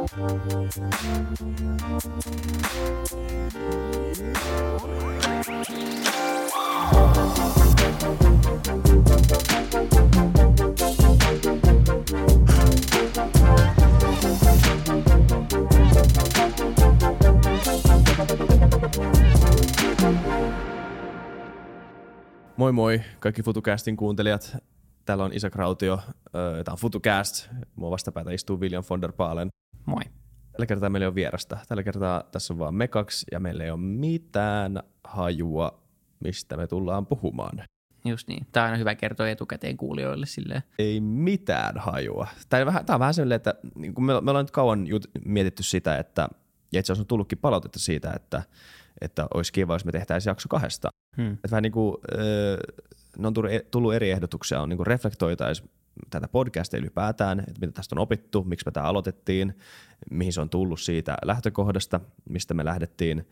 Moi moi kaikki FutuCastin kuuntelijat. Täällä on Isak Rautio. Tämä on FutuCast. Mua vastapäätä istuu William von der Paalen. Moi. Tällä kertaa meillä ei ole vierasta. Tällä kertaa tässä on vaan me kaksi ja meillä ei ole mitään hajua, mistä me tullaan puhumaan. Just niin. Tämä on aina hyvä kertoa etukäteen kuulijoille silleen. Ei mitään hajua. Tämä on vähän sellainen, että niin me ollaan nyt kauan mietitty sitä, että ja itse asiassa on tullutkin palautetta siitä, että olisi kiva, jos me tehtäisiin jakso 2. Että vähän niin kuin, ne on tullut eri ehdotuksia, on niin kuin reflektoitaisiin tätä podcastia ylipäätään, että mitä tästä on opittu, miksi me tämä aloitettiin, mihin se on tullut siitä lähtökohdasta, mistä me lähdettiin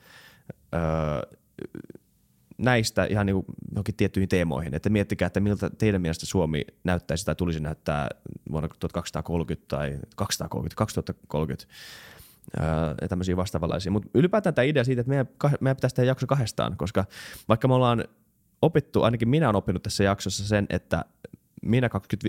näistä ihan niin kuin johonkin tiettyihin teemoihin, että miettikää, että miltä teidän mielestä Suomi näyttäisi tai tulisi näyttää vuonna 1230 tai 2030. Ja tämmöisiä vastaavanlaisia. Mutta ylipäätään tämä idea siitä, että meidän pitäisi tehdä jakso 2, koska vaikka me ollaan opittu, ainakin minä olen oppinut tässä jaksossa sen, että minä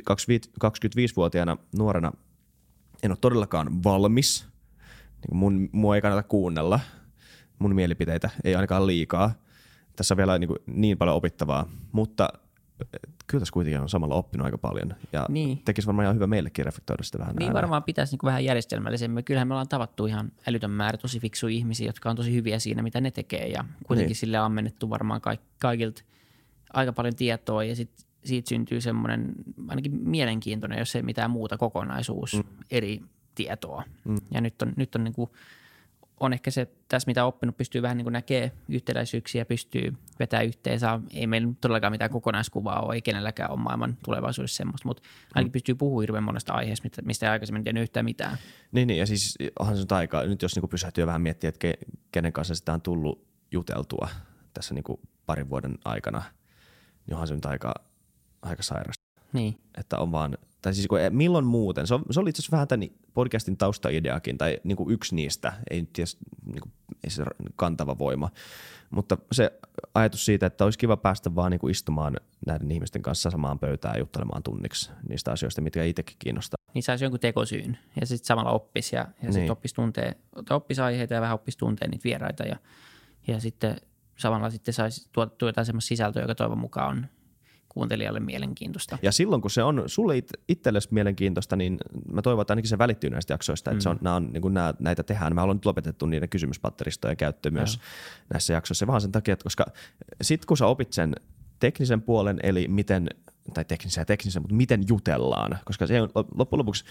25-vuotiaana nuorena en ole todellakaan valmis. Mua ei kannata kuunnella mun mielipiteitä, ei ainakaan liikaa. Tässä on vielä niin paljon opittavaa, mutta kyllä tässä kuitenkin on samalla oppinut aika paljon ja tekisi varmaan ihan hyvä meillekin reflektoida sitä vähän. Niin varmaan pitäisi vähän järjestelmällisemmin. Kyllähän me ollaan tavattu ihan älytön määrä tosi fiksuja ihmisiä, jotka on tosi hyviä siinä, mitä ne tekee ja kuitenkin sille ammennettu varmaan kaikilta aika paljon tietoa ja sitten siitä syntyy semmoinen ainakin mielenkiintoinen, jos ei mitään muuta kokonaisuus eri tietoa. Ja nyt on niin kuin on ehkä se tässä, mitä oppinut, pystyy vähän niin kuin näkee yhtäläisyyksiä, pystyy vetämään yhteen. Ei meillä todellakaan mitään kokonaiskuvaa ole, ei kenelläkään ole maailman tulevaisuudessa semmoista, mutta ainakin pystyy puhumaan hirveän monesta aiheesta, mistä ei aikaisemmin tiennyt yhtään mitään. Niin, ja siis onhan se nyt aika, nyt jos niin kuin pysähtyy vähän miettiä, että kenen kanssa sitä on tullut juteltua tässä niin kuin parin vuoden aikana, niin onhan se nyt aika sairasta. Niin. Että on vaan, tai siis milloin muuten, se oli itse asiassa vähän tämän podcastin taustaideakin, tai niin kuin yksi niistä, ei nyt tiedä, niin kuin, ei se kantava voima, mutta se ajatus siitä, että olisi kiva päästä vaan niin kuin istumaan näiden ihmisten kanssa samaan pöytään ja juttelemaan tunniksi niistä asioista, mitkä itsekin kiinnostaa. Niin saisi jonkun tekosyyn ja sitten samalla oppisi ja sitten oppisi aiheita ja vähän oppisi tuntea niitä vieraita ja sitten samalla sitten saisi tuotettua jotain semmoista sisältöä, joka toivon mukaan on kuuntelijalle mielenkiintoista. Ja silloin, kun se on sulle itsellesi mielenkiintoista, niin mä toivon, että ainakin se välittyy näistä jaksoista, että näitä tehdään. Mä haluan nyt lopetettu niiden kysymyspatteristojen käyttö myös näissä jaksoissa, vaan sen takia, että koska sit kun sä opit sen teknisen puolen, eli miten, tai teknisen, mutta miten jutellaan, koska se loppujen lopuksi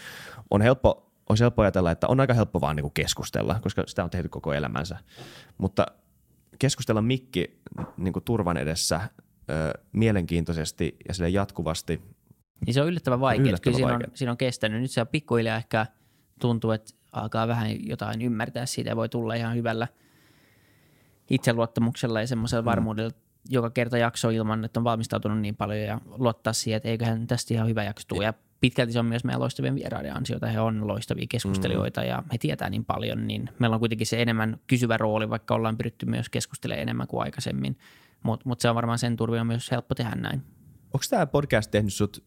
olisi helppo ajatella, että on aika helppo vaan niin kuin keskustella, koska sitä on tehty koko elämänsä, mutta keskustella mikki niin kuin turvan edessä mielenkiintoisesti ja sille jatkuvasti. Niin se on yllättävän vaikea. Kyllä siinä on kestänyt. Nyt se on pikkuhiljaa ehkä tuntuu, että alkaa vähän jotain ymmärtää siitä ja voi tulla ihan hyvällä itseluottamuksella ja semmoisella varmuudella joka kerta jakso ilman, että on valmistautunut niin paljon ja luottaa siihen, että eiköhän tästä ihan hyvä jakso tule. Ja pitkälti se on myös meidän loistavien vieraiden ansiota. He on loistavia keskustelijoita ja he tietää niin paljon, niin meillä on kuitenkin se enemmän kysyvä rooli, vaikka ollaan pyritty myös keskustelemaan enemmän kuin aikaisemmin. Mutta se on varmaan sen turvin on myös helppo tehdä näin. Onko tämä podcast tehnyt sut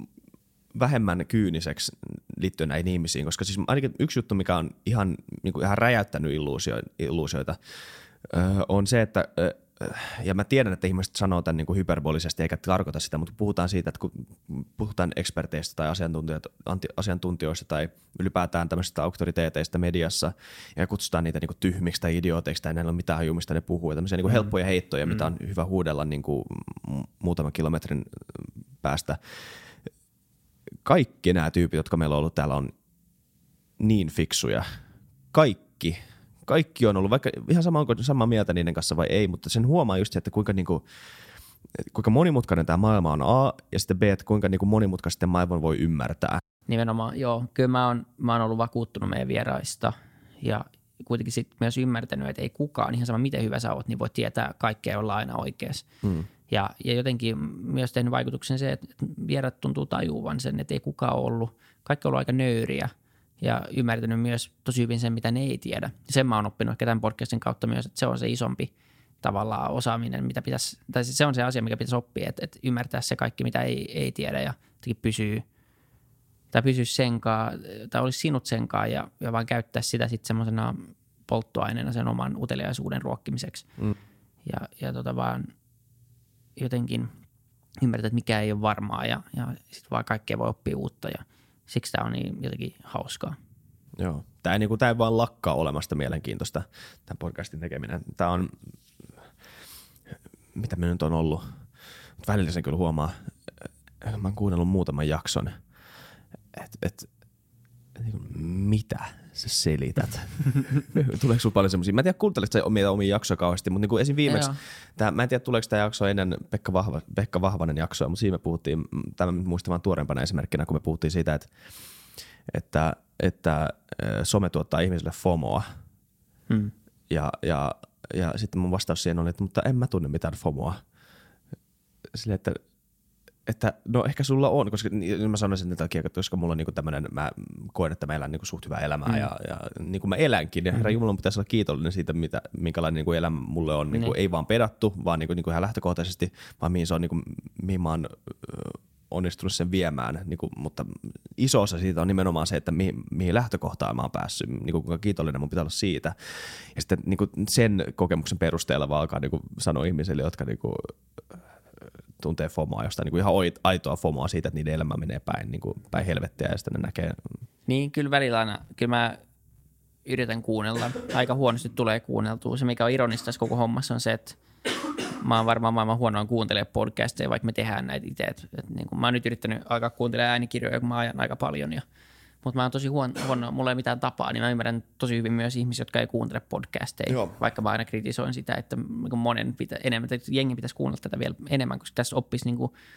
vähemmän kyyniseksi liittyen näihin ihmisiin? Koska siis ainakin yksi juttu, mikä on ihan räjäyttänyt illuusioita, on se, että ja mä tiedän, että ihmiset sanoo tämän niin kuin hyperbolisesti eikä tarkoita sitä, mutta puhutaan siitä, että kun puhutaan eksperteistä tai asiantuntijoista tai ylipäätään tämmöisistä auktoriteeteista mediassa ja kutsutaan niitä niin kuin tyhmiksi tai idiooteiksi tai näillä on mitään hajua, mistä ne puhuu ja tämmöisiä niin kuin helppoja heittoja, mitä on hyvä huudella niin kuin muutaman kilometrin päästä. Kaikki nämä tyypit, jotka meillä on ollut täällä, on niin fiksuja. Kaikki on ollut, vaikka ihan samaa mieltä niiden kanssa vai ei, mutta sen huomaa just, että kuinka monimutkainen tämä maailma on A, ja sitten B, että kuinka monimutkaisesti maailman voi ymmärtää. Nimenomaan, joo. Kyllä mä oon ollut vakuuttunut meidän vieraista, ja kuitenkin sitten myös ymmärtänyt, että ei kukaan, ihan sama miten hyvä sä oot, niin voi tietää kaikkea olla aina oikeassa. Ja jotenkin myös tehnyt vaikutuksen se, että vierat tuntuu tajuvan sen, että ei kukaan ollut, kaikki on ollut aika nöyriä. ja ymmärtänyt myös tosi hyvin sen, mitä ne ei tiedä. Ja sen mä oon oppinut ehkä tämän podcastin kautta myös, että se on se isompi tavallaan osaaminen, mitä pitäisi, tai se on se asia, mikä pitäisi oppia, että ymmärtää se kaikki, mitä ei tiedä ja pysyy senkaan, tai olisi sinut senkaan ja vaan käyttää sitä sitten semmoisena polttoaineena sen oman uteliaisuuden ruokkimiseksi. Ja vaan jotenkin ymmärtää, että mikä ei ole varmaa ja sitten vaan kaikkea voi oppia uutta ja siksi tämä on niin jotenkin hauskaa. Joo. Tämä ei vaan lakkaa olemasta mielenkiintoista, tämän podcastin tekeminen. Tämä on, mitä me nyt on ollut, mutta välillä sen kyllä huomaa, mä oon kuunnellut muutaman jakson, että mitä sä selität? Tuleeko sulla paljon semmosia? Mä en tiedä, kuunteletko sä omia jaksoja kauheasti, mutta niin esim. Viimeksi, mä en tiedä, tuleeko tämä jakso ennen Pekka Vahvanen jaksoa, mutta siinä me puhuttiin, tämä muistan vaan tuoreempana esimerkkinä, kun me puhuttiin siitä, että some tuottaa ihmisille FOMOa. Ja sitten mun vastaus siihen oli, että mutta en mä tunne mitään FOMOa. Silleen, että no ehkä sulla on, koska mä sanoisin että takia, koska mulla on niinku tämmöinen, mä koen, että mä elän niinku suht hyvää elämää ja niin kuin mä elänkin. Ja herra Jumala, pitäisi olla kiitollinen siitä, minkälainen niinku elämä mulle on. Niinku, ei vaan pedattu, vaan niinku ihan lähtökohtaisesti, vaan mihin se on, niinku, mihin mä oon onnistunut sen viemään. Niinku, mutta iso osa siitä on nimenomaan se, että mihin lähtökohtaan mä oon päässyt, niinku, kuinka kiitollinen mun pitää olla siitä. Ja sitten niinku, sen kokemuksen perusteella vaan alkaa niinku, sanoa ihmisille, jotka niinku, tuntee FOMOa, jostain niin kuin ihan aitoa FOMOa siitä, että niiden elämä menee päin helvettiä ja sitten ne näkee. Niin, kyllä välillä aina, kyllä mä yritän kuunnella. Aika huonosti tulee kuunneltua. Se, mikä on ironista tässä koko hommassa on se, että mä oon varmaan maailman huonoin kuuntelemaan podcasteja, vaikka me tehdään näitä itse. Niin mä oon nyt yrittänyt alkaa kuuntelemaan äänikirjoja, kun mä ajan aika paljon mutta mä oon tosi huono, mulla ei mitään tapaa, niin mä ymmärrän tosi hyvin myös ihmisiä, jotka ei kuuntele podcasteja, vaikka mä aina kritisoin sitä, että enemmän, että jengi pitäisi kuunnella tätä vielä enemmän, koska tässä oppisi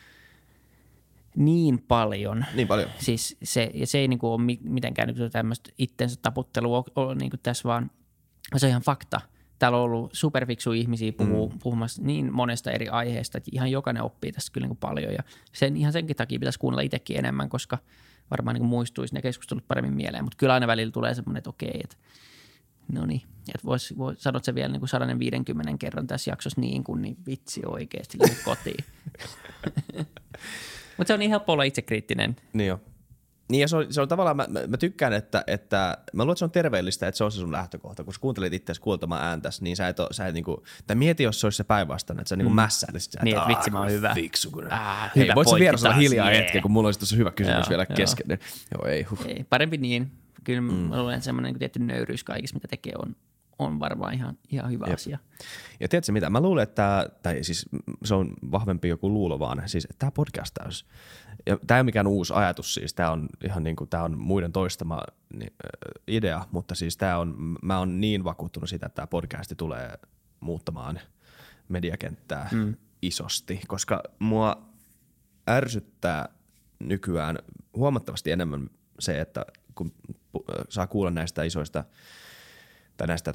niin paljon. Niin paljon. Siis se ei ole mitenkään tämmöistä itsensä taputtelua ole tässä, vaan se on ihan fakta. Täällä on ollut superfiksuja ihmisiä puhumassa niin monesta eri aiheesta, että ihan jokainen oppii tässä kyllä paljon ja ihan senkin takia pitäisi kuunnella itsekin enemmän, koska varmaan niin muistuisi ne keskustelut paremmin mieleen, mutta kyllä aina välillä tulee semmoinen, että okei, että no niin, että sanot se vielä niin kuin 150 kerran tässä jaksossa niin vitsi oikeasti kotiin. Mutta se on niin helppo olla itsekriittinen. Niin jo. Niin ja se on tavallaan, mä tykkään, että mä luulen, että se on terveellistä, että se on se sun lähtökohta. Kun kuuntelet itseäsi kuultamaan ääntäsi, niin sä et niinku, tai mieti, jos se olisi se päinvastainen, että sä niinku mässäilisit. Niin, että vitsi mä oon hyvä. Fiksu, kun hei, voit sä vieressä olla hiljaa hetken, kun mulla olisi tuossa hyvä kysymys vielä kesken. Niin, ei. Parempi niin. Kyllä mä luulen, että semmoinen tietty nöyryys kaikissa, mitä tekee, on varmaan ihan hyvä asia. Ja tiedätkö mitä, mä luulen, että siis se on vahvempi joku luulo vaan, siis tämä podcast-täys. Ja tämä ei ole mikään uusi ajatus siis, tämä on ihan niin kuin, tämä on muiden toistama idea, mutta siis mä oon niin vakuuttunut siitä, että tämä podcasti tulee muuttamaan mediakenttää isosti, koska mua ärsyttää nykyään huomattavasti enemmän se, että kun saa kuulla näistä isoista tai näistä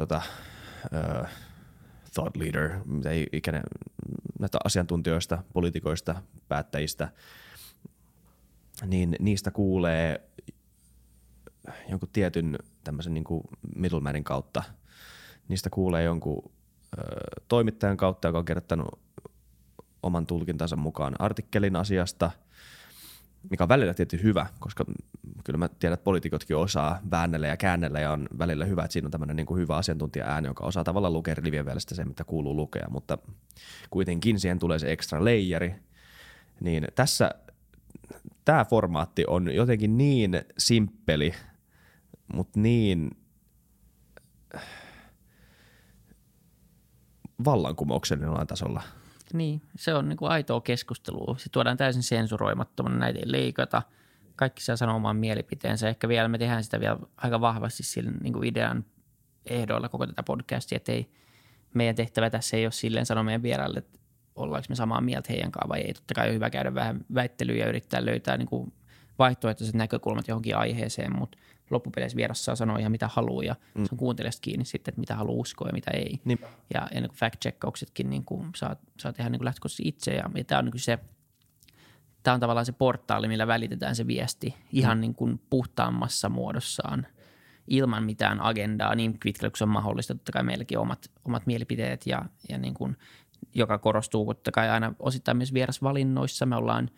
thought leader, näistä asiantuntijoista, poliitikoista, päättäjistä, niin niistä kuulee jonkun tietyn tämmöisen niin kuin middlemanin kautta. Niistä kuulee jonkun toimittajan kautta, joka on kirjoittanut oman tulkintansa mukaan artikkelin asiasta, mikä on välillä tietysti hyvä, koska kyllä mä tiedän, että poliitikotkin osaa väännellä ja käännellä ja on välillä hyvä, että siinä on tämmöinen niin kuin hyvä asiantuntija-ääni, joka osaa tavallaan lukea rivien välistä se, mitä kuuluu lukea, mutta kuitenkin siihen tulee se extra leijeri. Niin tässä tämä formaatti on jotenkin niin simppeli, mutta niin vallankumouksellinen tasolla. Niin, se on niin kuin aitoa keskustelua. Se tuodaan täysin sensuroimattomana, näitä ei leikata. Kaikki saa sanoa oman mielipiteensä. Ehkä vielä me tehdään sitä vielä aika vahvasti sillä niin kuin idean ehdoilla koko tätä podcastia, että meidän tehtävä tässä ei ole silleen sanoa meidän vieraille, että ollaanko me samaa mieltä heidän kanssaan vai ei. Totta kai on hyvä käydä vähän väittelyä ja yrittää löytää niin kuin vaihtoehtoiset näkökulmat johonkin aiheeseen, mutta loppupeleissä vieras saa sanoa ihan mitä haluaa ja se on kuuntelijasta kiinni sitten, että mitä haluaa uskoa ja mitä ei. Niin. Ja niin fact-checkauksetkin niin kuin saa tehdä niin lähtökohtaisesti itse ja tämä on niin kuin se tämä on tavallaan se portaali, millä välitetään se viesti ihan niin kuin puhtaammassa muodossaan ilman mitään agendaa niin pitkälle kuin se on mahdollista. Totta kai meilläkin on omat mielipiteet ja niin kuin, joka korostuu totta kai aina osittain myös vierasvalinnoissa. Me ollaan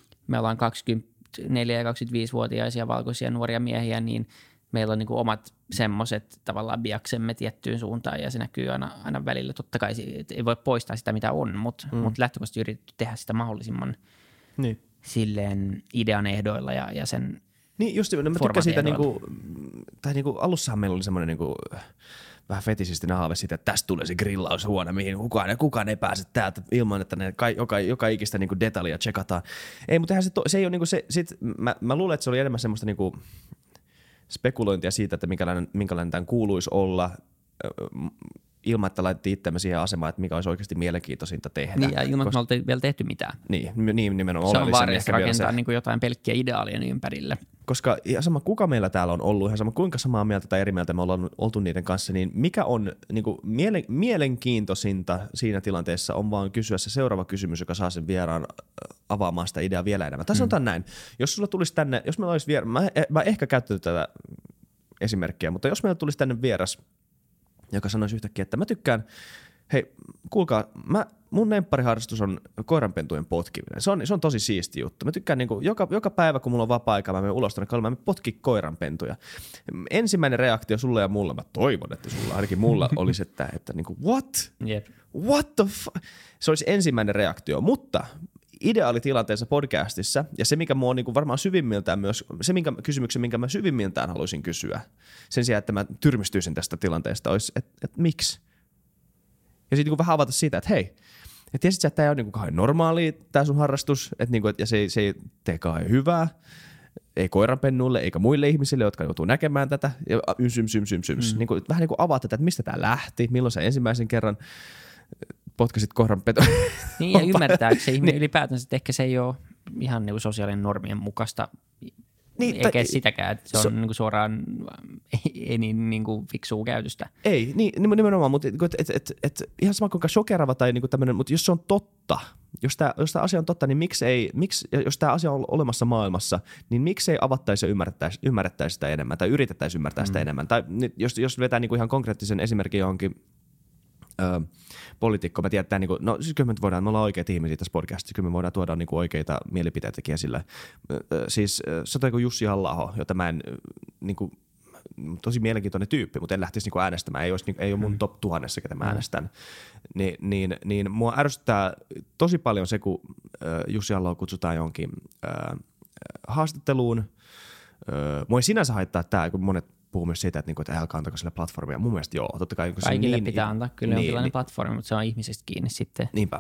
24- ja 25-vuotiaisia valkoisia nuoria miehiä, niin meillä on niin kuin omat semmoiset tavallaan biaksemme tiettyyn suuntaan ja se näkyy aina välillä. Totta kai ei voi poistaa sitä, mitä on, mutta lähtökohtaisesti yritetty tehdä sitä mahdollisimman silleen idean ehdoilla ja sen niin just, mä tykkään siitä, niinku alussahan meillä oli semmoinen niinku, vähän fetisistinen haave siitä, että tästä tulee se grillaushuone, mihin kukaan ei pääse täältä ilman, että ne joka ikistä niinku detaljia tsekataan. Ei, mutta se ei ole niinku se, mä luulen, että se oli enemmän semmoista niinku spekulointia siitä, että minkälainen tämän kuuluisi olla, ilman, että laitettiin itseämme siihen asemaan, että mikä olisi oikeasti mielenkiintoisinta tehdä. Niin, ja ilman, että me oltiin vielä tehty mitään. Niin nimenomaan. Se on vaarallista rakentaa niin kuin jotain pelkkiä ideaalien ympärille. Koska ihan sama, kuka meillä täällä on ollut, ihan sama, kuinka samaa mieltä tai eri mieltä me ollaan oltu niiden kanssa, niin mikä on niin kuin mielenkiintoisinta siinä tilanteessa on vaan kysyä se seuraava kysymys, joka saa sen vieraan avaamaan sitä ideaa vielä enemmän. Tai sanotaan näin, jos sulla tulisi tänne, jos meillä olisi mä ehkä käyttänyt tätä esimerkkiä, mutta jos meillä tulisi tänne vieras, joka sanoisi yhtäkkiä, että mä tykkään, hei, kuulkaa, mun lemppariharrastus on koiranpentujen potkiminen. Se on tosi siisti juttu. Mä tykkään niinku, joka päivä, kun mulla on vapaa-aikaa, mä menen ulos tuonne kalmaan, mä potkin koiranpentuja. Ensimmäinen reaktio sulle ja mulla, mä toivon, että sulla, ainakin mulla olisi, että niinku, what? Yep. What the fuck? Se olisi ensimmäinen reaktio, mutta ideaalitilanteessa podcastissa, ja se, mikä mua on niin kuin varmaan syvimmiltään myös, kysymyksen, minkä mä syvimmiltään haluaisin kysyä, sen sijaan, että mä tyrmistyisin tästä tilanteesta, olisi, että miksi? Ja sitten niin vähän avata siitä, että hei, että tiesit sä, että tämä ei ole niin kauhean normaalia, tämä sun harrastus, että niin kuin, ja se ei tee kauhean hyvää, ei koiranpennuille eikä muille ihmisille, jotka joutuu näkemään tätä, ja niin kuin, vähän niin kuin avaa tätä, että mistä tämä lähti, milloin sä ensimmäisen kerran potkasit koiranpeto. Niin, ja ymmärtääkö se ihminen ylipäätänsä, että ehkä se ei ole ihan niin sosiaalinen normien mukaista, niin, eikä sitäkään, että se on niin kuin suoraan ei niin kuin fiksua käytöstä. Ei, nimenomaan, mutta ihan sama kuinka shokerava tai niin tämmöinen, mutta jos se on totta, jos tämä asia on totta, niin jos tämä asia on olemassa maailmassa, niin miksei avattaisi ja ymmärrettäisi sitä enemmän tai yritettäisiin ymmärtää sitä enemmän. Tai jos vetää niin kuin ihan konkreettisen esimerkin johonkin poliitikko, mä tiedän, että niin kuin, no siis kyllä me ollaan oikeita ihmisiä tässä podcastissa, kyllä me voidaan tuoda niin kuin oikeita mielipiteitäkin esille. Siis se on Jussi Halla-aho, jota mä en, niin kuin, tosi mielenkiintoinen tyyppi, mutta en lähtisi niin kuin äänestämään, ei ole mun top 1000, ketä mä äänestän. Niin mua ärsyttää tosi paljon se, kun Jussi Halla-aho kutsutaan johonkin haastatteluun. Mua ei sinänsä haittaa tämä, kun monet puhuu myös siitä, että älkää antako sille platformia. Mun mielestä joo. Totta kai, kaikille pitää antaa kyllä jonkinlainen platformi, mutta se on ihmisestä kiinni sitten. Niinpä.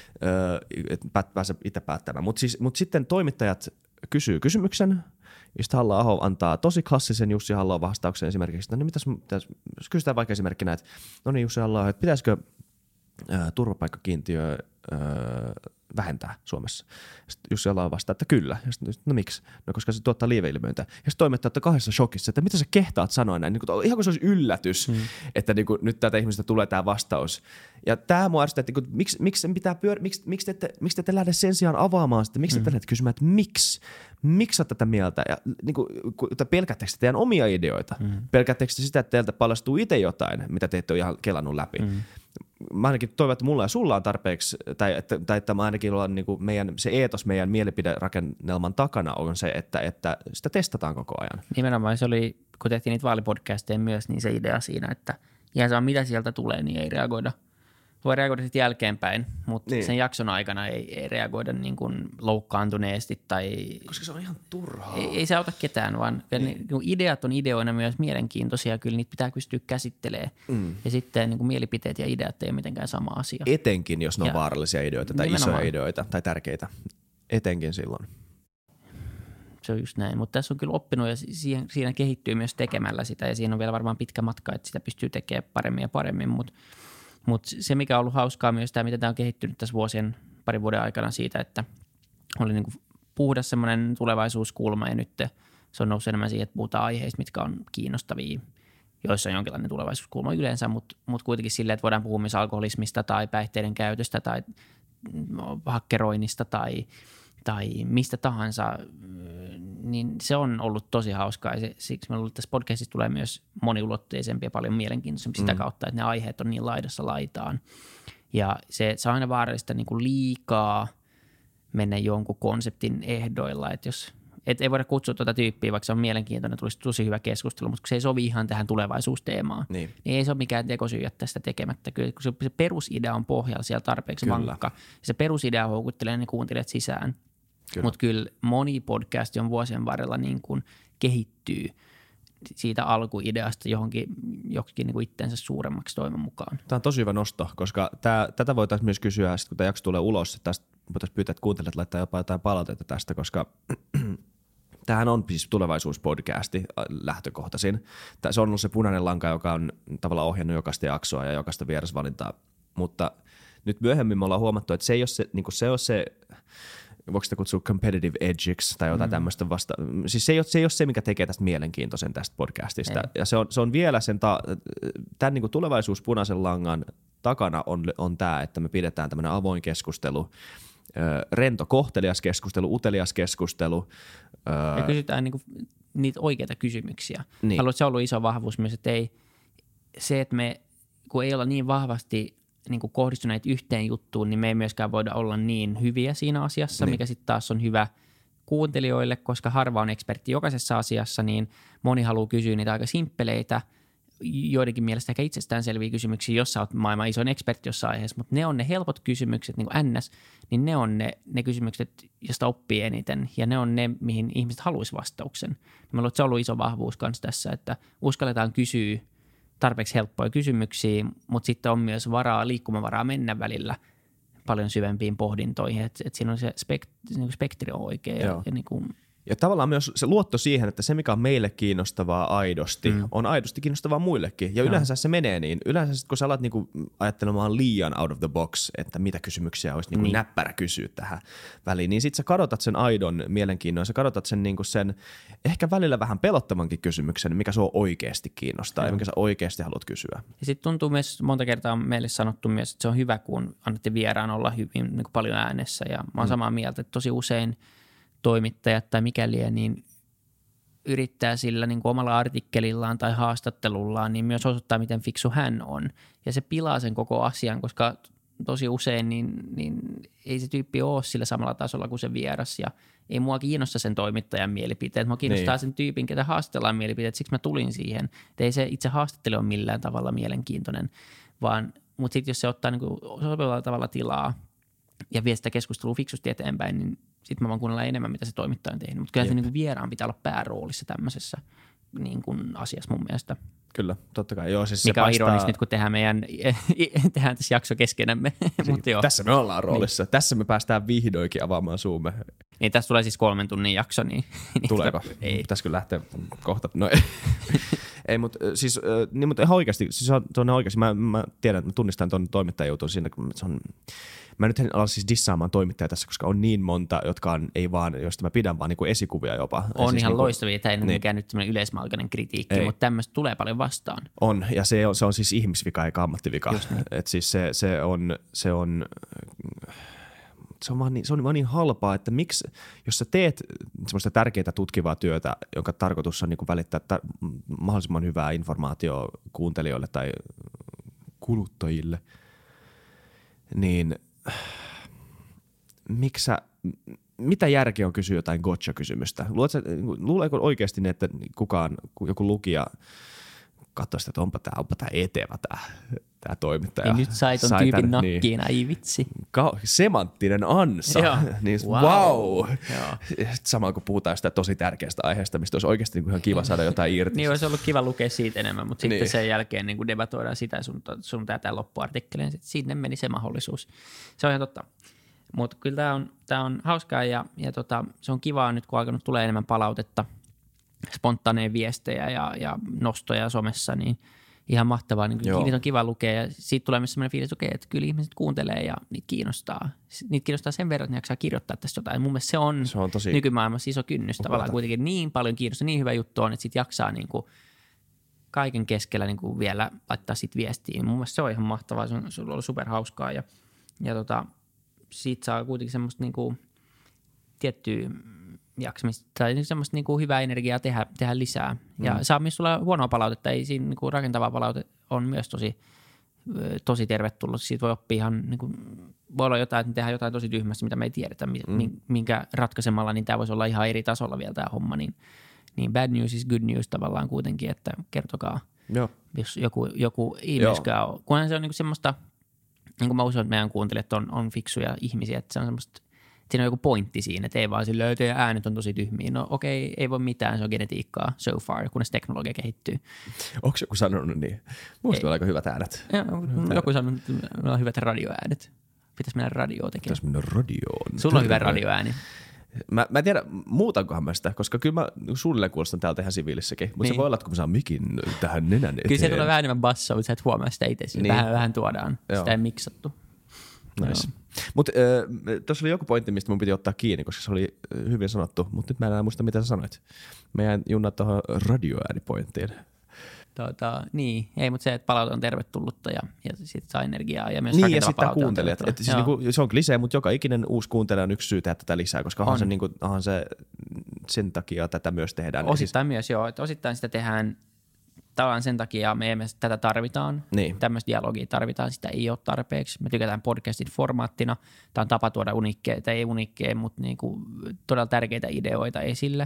Että pääsee itse päättämään. Mutta sitten toimittajat kysyy kysymyksen, ja sitten Halla-aho antaa tosi klassisen Jussi Halla-ahon vastauksen esimerkiksi, että no mitäs kysytään vaikka esimerkkinä, että no niin Jussi Halla-aho, että pitäisikö turvapaikkakiintiö vähentää Suomessa. Sitten Jussi Halla-aho vastaa, että kyllä. Ja sitten, no miksi? No koska se tuottaa lieveilmiöitä. Ja sitten toimittajat on kahdessa shokissa, että mitä sä kehtaat sanoa näin. Niin kuin, ihan kuin se olisi yllätys, että niin kuin, nyt täältä ihmisestä tulee tämä vastaus. Ja tämä mua ärsyttää, että niin miksi sen pitää miksi te ette lähde sen sijaan avaamaan sitä, miksi te ette lähde kysymään, että miksi olet tätä mieltä? Ja niin kuin, pelkäättekö teidän omia ideoita? Pelkäättekö sitä, että teiltä paljastuu itse jotain, mitä te ette ole ihan kelannut läpi? Mä ainakin toivon, että mulla ja sulla on tarpeeksi, tai että mä ainakin ollaan niin kuin se eetos meidän mielipiderakennelman takana on se, että sitä testataan koko ajan. Nimenomaan se oli, kun tehtiin niitä vaalipodcasteja myös, niin se idea siinä, että ihan saa mitä sieltä tulee, niin ei reagoida. Voi reagoida sitten jälkeenpäin, mutta sen jakson aikana ei reagoida niin kuin loukkaantuneesti tai... Koska se on ihan turhaa. Ei se auta ketään, vaan niin ideat on ideoina myös mielenkiintoisia, kyllä niitä pitää pystyä käsittelemään. Ja sitten niin kuin mielipiteet ja ideat ei ole mitenkään sama asia. Etenkin, jos ne on vaarallisia ideoita tai isoja ideoita tai tärkeitä. Etenkin silloin. Se on just näin, mutta tässä on kyllä oppinut ja siinä kehittyy myös tekemällä sitä ja siinä on vielä varmaan pitkä matka, että sitä pystyy tekemään paremmin ja paremmin, mutta se, mikä on ollut hauskaa myös tämä, mitä tämä on kehittynyt tässä parin vuoden aikana siitä, että oli niin kuin puhdas semmoinen tulevaisuuskulma ja nyt se on noussut enemmän siihen, että puhutaan aiheista, mitkä on kiinnostavia, joissa on jonkinlainen tulevaisuuskulma yleensä, mutta kuitenkin silleen, että voidaan puhua myös alkoholismista tai päihteiden käytöstä tai hakkeroinnista tai mistä tahansa, niin se on ollut tosi hauskaa. Ja siksi mä luulen, että tässä podcastissa tulee myös moniulotteisempi ja paljon mielenkiintoisempi sitä kautta, että ne aiheet on niin laidassa laitaan. Ja se on aina vaarallista niin kuin liikaa mennä jonkun konseptin ehdoilla, että jos ei voida kutsua tuota tyyppiä, vaikka se on mielenkiintoinen, tulisi tosi hyvä keskustelu, mutta kun se ei sovi ihan tähän tulevaisuusteemaan, niin ei se ole mikään tekosyy jättää sitä tekemättä. Kyllä kun se perusidea on pohjalla siellä tarpeeksi vankka, se perusidea houkuttelee ne kuuntelijat sisään. Mutta kyllä moni podcasti on vuosien varrella niin kuin kehittyy siitä alkuideasta johonkin niin kuin itsensä suuremmaksi toivon mukaan. Tämä on tosi hyvä nosto, koska tätä voitaisiin myös kysyä, kun tämä jakso tulee ulos, että tästä voitaisiin pyytää, että kuuntelijat laittaa jopa jotain palautetta tästä, koska tämähän on siis tulevaisuuspodcasti lähtökohtaisin. Se on ollut se punainen lanka, joka on tavallaan ohjannut jokaista jaksoa ja jokaista vierasvalintaa, mutta nyt myöhemmin me ollaan huomattu, että se ei ole se, niin kuin se, on se voiko sitä kutsua competitive edgeiksi tai jotain tämmöistä vasta. Siis se ei ole se, mikä tekee tästä mielenkiintoisen tästä podcastista. Ei. Ja se on vielä tämän niin kuin tulevaisuus punaisen langan takana on tämä, että me pidetään tämmöinen avoin keskustelu, rento kohtelias keskustelu, utelias keskustelu. Ja kysytään niin kuin niitä oikeita kysymyksiä. Niin. Haluan, että se on ollut iso vahvuus myös, että että me kun ei olla niin vahvasti niin kuin kohdistuneet yhteen juttuun, niin me ei myöskään voida olla niin hyviä siinä asiassa, mikä sitten taas on hyvä kuuntelijoille, koska harva on ekspertti jokaisessa asiassa, niin moni haluaa kysyä niitä aika simppeleitä, joidenkin mielestä ehkä itsestäänselviä kysymyksiä, jos sä oot maailman isoin ekspertti jossain aiheessa, mutta ne on ne helpot kysymykset, niin kuin NS, niin ne on ne kysymykset, joista oppii eniten, ja ne on ne, mihin ihmiset haluaisi vastauksen. Mä luulen, että se on ollut iso vahvuus kanssa tässä, että uskalletaan kysyä tarpeeksi helppoja kysymyksiä, mutta sitten on myös liikkumavaraa mennä välillä paljon syvempiin pohdintoihin, että siinä on se spektri on oikea. Ja tavallaan myös se luotto siihen, että se mikä on meille kiinnostavaa aidosti, on aidosti kiinnostavaa muillekin. Ja yleensä se menee niin. Yleensä sit, kun sä alat niinku ajattelemaan liian out of the box, että mitä kysymyksiä olisi niinku näppärä kysyä tähän väliin, niin sit sä kadotat sen aidon mielenkiinnon, sä kadotat sen, niinku sen ehkä välillä vähän pelottavankin kysymyksen, mikä sua oikeasti kiinnostaa ja mikä sä oikeasti haluat kysyä. Ja sitten tuntuu myös, monta kertaa on meille sanottu myös, että se on hyvä, kun annatte vieraan olla hyvin niinku paljon äänessä. Ja mä oon samaa mieltä, että tosi usein toimittajat tai mikäli niin yrittää sillä niin kuin omalla artikkelillaan tai haastattelullaan niin myös osoittaa, miten fiksu hän on. Ja se pilaa sen koko asian, koska tosi usein niin ei se tyyppi ole sillä samalla tasolla kuin se vieras. Ja ei mua kiinnosta sen toimittajan mielipiteet. Mua kiinnostaa sen tyypin, ketä haastatellaan mielipiteet. Siksi mä tulin siihen. Et ei se itse haastattelu ole millään tavalla mielenkiintoinen. Mutta sitten jos se ottaa niin kuin sopivalla tavalla tilaa ja vie sitä keskustelua fiksusti eteenpäin, niin sitten mä vaan kuunnellaan enemmän, mitä se toimittaja on tehnyt. Mutta kyllä se niin kuin vieraan pitää olla pääroolissa tämmöisessä niin kuin asiassa mun mielestä. Kyllä, totta kai. Joo, siis mikä on ironista nyt, kun tehdään tässä jakso keskenämme. Mut joo. Tässä me ollaan roolissa. Niin. Tässä me päästään vihdoinkin avaamaan Zoome. Niin, tässä tulee siis 3 tunnin jakso. Niin tuleeko? Ei. Pitäisikö lähteä kohta? No ei, mutta siis niin, mutta ihan oikeasti, siis on oikeasti, mä tiedän, että mä tunnistan tuon toimittajuutun siinä, kun se on, mä nyt en ala siis dissaamaan toimittajia tässä, koska on niin monta, jotka on, ei vaan, josta mä pidän, vaan niin kuin esikuvia jopa. On siis ihan niin kuin, loistavia, tämä ei ole mikään nyt tämmöinen yleismalkainen kritiikki, mutta tämmöistä tulee paljon vastaan. On, ja se on siis ihmisvika eikä ammattivika. Niin. Että siis se on vaan niin halpaa, että miksi, jos sä teet semmoista tärkeää tutkivaa työtä, jonka tarkoitus on niin kuin välittää mahdollisimman hyvää informaatiota kuuntelijoille tai kuluttajille, niin mitä järkeä on kysyä jotain gotcha-kysymystä? Luuleeko oikeasti niin, että joku lukija katsoisi, että onpa tämä etevä tämä toimittaja. Ja nyt sai ton tyypin nakkiin, ai vitsi. Semanttinen ansa. Niin, wow. Samaan kun puhutaan sitä tosi tärkeästä aiheesta, mistä olisi oikeasti ihan kiva saada jotain irti. Niin olisi ollut kiva lukea siitä enemmän, mutta sitten sen jälkeen niin kun debatoidaan sitä sun tätä loppuartikkeliin, niin sinne meni se mahdollisuus. Se on ihan totta. Mutta kyllä tämä on hauskaa ja se on kivaa nyt, kun alkanut tulee enemmän palautetta, spontaaneja viestejä ja nostoja somessa, niin ihan mahtavaa. Niin niitä on kiva lukea ja siitä tulee myös sellainen fiilis, että kyllä ihmiset kuuntelee ja niitä kiinnostaa. Niitä kiinnostaa sen verran, että ne jaksaa kirjoittaa tästä jotain. Mun mielestä se on tosi nykymaailmassa iso kynnys tavallaan kuitenkin niin paljon kiinnostaa, niin hyvä juttu on, että sit jaksaa niin kuin kaiken keskellä niin kuin vielä laittaa sit viestiin. Mun mielestä se on ihan mahtavaa, se on ollut superhauskaa ja siitä saa kuitenkin semmoista niin kuin tiettyä jaksamista tai semmoista niin kuin hyvää energiaa tehdä lisää. Ja saa myös tulla huonoa palautetta, ei siinä niin kuin rakentavaa palaute on myös tosi tervetullut. Siitä voi oppia ihan, niin kuin, voi olla jotain, että me tehdään jotain tosi tyhmästä, mitä me ei tiedetä, minkä ratkaisemalla, niin tämä voisi olla ihan eri tasolla vielä tämä homma. Niin bad news is good news tavallaan kuitenkin, että kertokaa, jos joku ihmiskään on. Kunhan se on niin semmoista, niin kuin mä uskon, että meidän kuuntelijat on fiksuja ihmisiä, että se on semmoista, siinä on joku pointti siinä, että ei vaan silleen, että teidän äänet on tosi tyhmiä. No okei, ei voi mitään, se on genetiikkaa so far, kunnes teknologia kehittyy. Onko joku sanonut niin? Musta on aika hyvät äänet. Joku sanonut, että meillä on hyvät radioäänet. Pitäisi mennä radioon tekemään. Pitäisi mennä radioon. Sulla on hyvä radioääni. Mä en tiedä, muutankohan mä sitä, koska kyllä mä suunnilleen kuulostan täältä ihan siviilissäkin. Mutta se voi olla, että kun mä saan mikin tähän nenän eteen. Kyllä se tulee vähän enemmän bassoa, mutta sä et huomaa sitä itse. Niin. Vähän tuodaan. Sitä ei miksattu. Nice. Mutta tuossa oli joku pointti, mistä mun piti ottaa kiinni, koska se oli hyvin sanottu, mutta nyt mä en enää muista, mitä sä sanoit. Mä jäin junnaa tuohon radioäänipointtiin. Niin, ei, mutta se, että palaute on tervetullutta ja sitten saa energiaa ja myös niin, ja sitten kuuntelijat. Siis niinku, se on klisee, mutta joka ikinen uusi kuuntelija on yksi syy tehdä tätä lisää, koska onhan se sen takia tätä myös tehdään. Osittain myös, joo. Että osittain sitä tehdään tavallaan sen takia me tätä tarvitaan. Niin. Tämmöistä dialogia tarvitaan, sitä ei ole tarpeeksi. Me tykätään podcastin formaattina. Tämä on tapa tuoda ei uniikkeja, mutta niinku todella tärkeitä ideoita esille.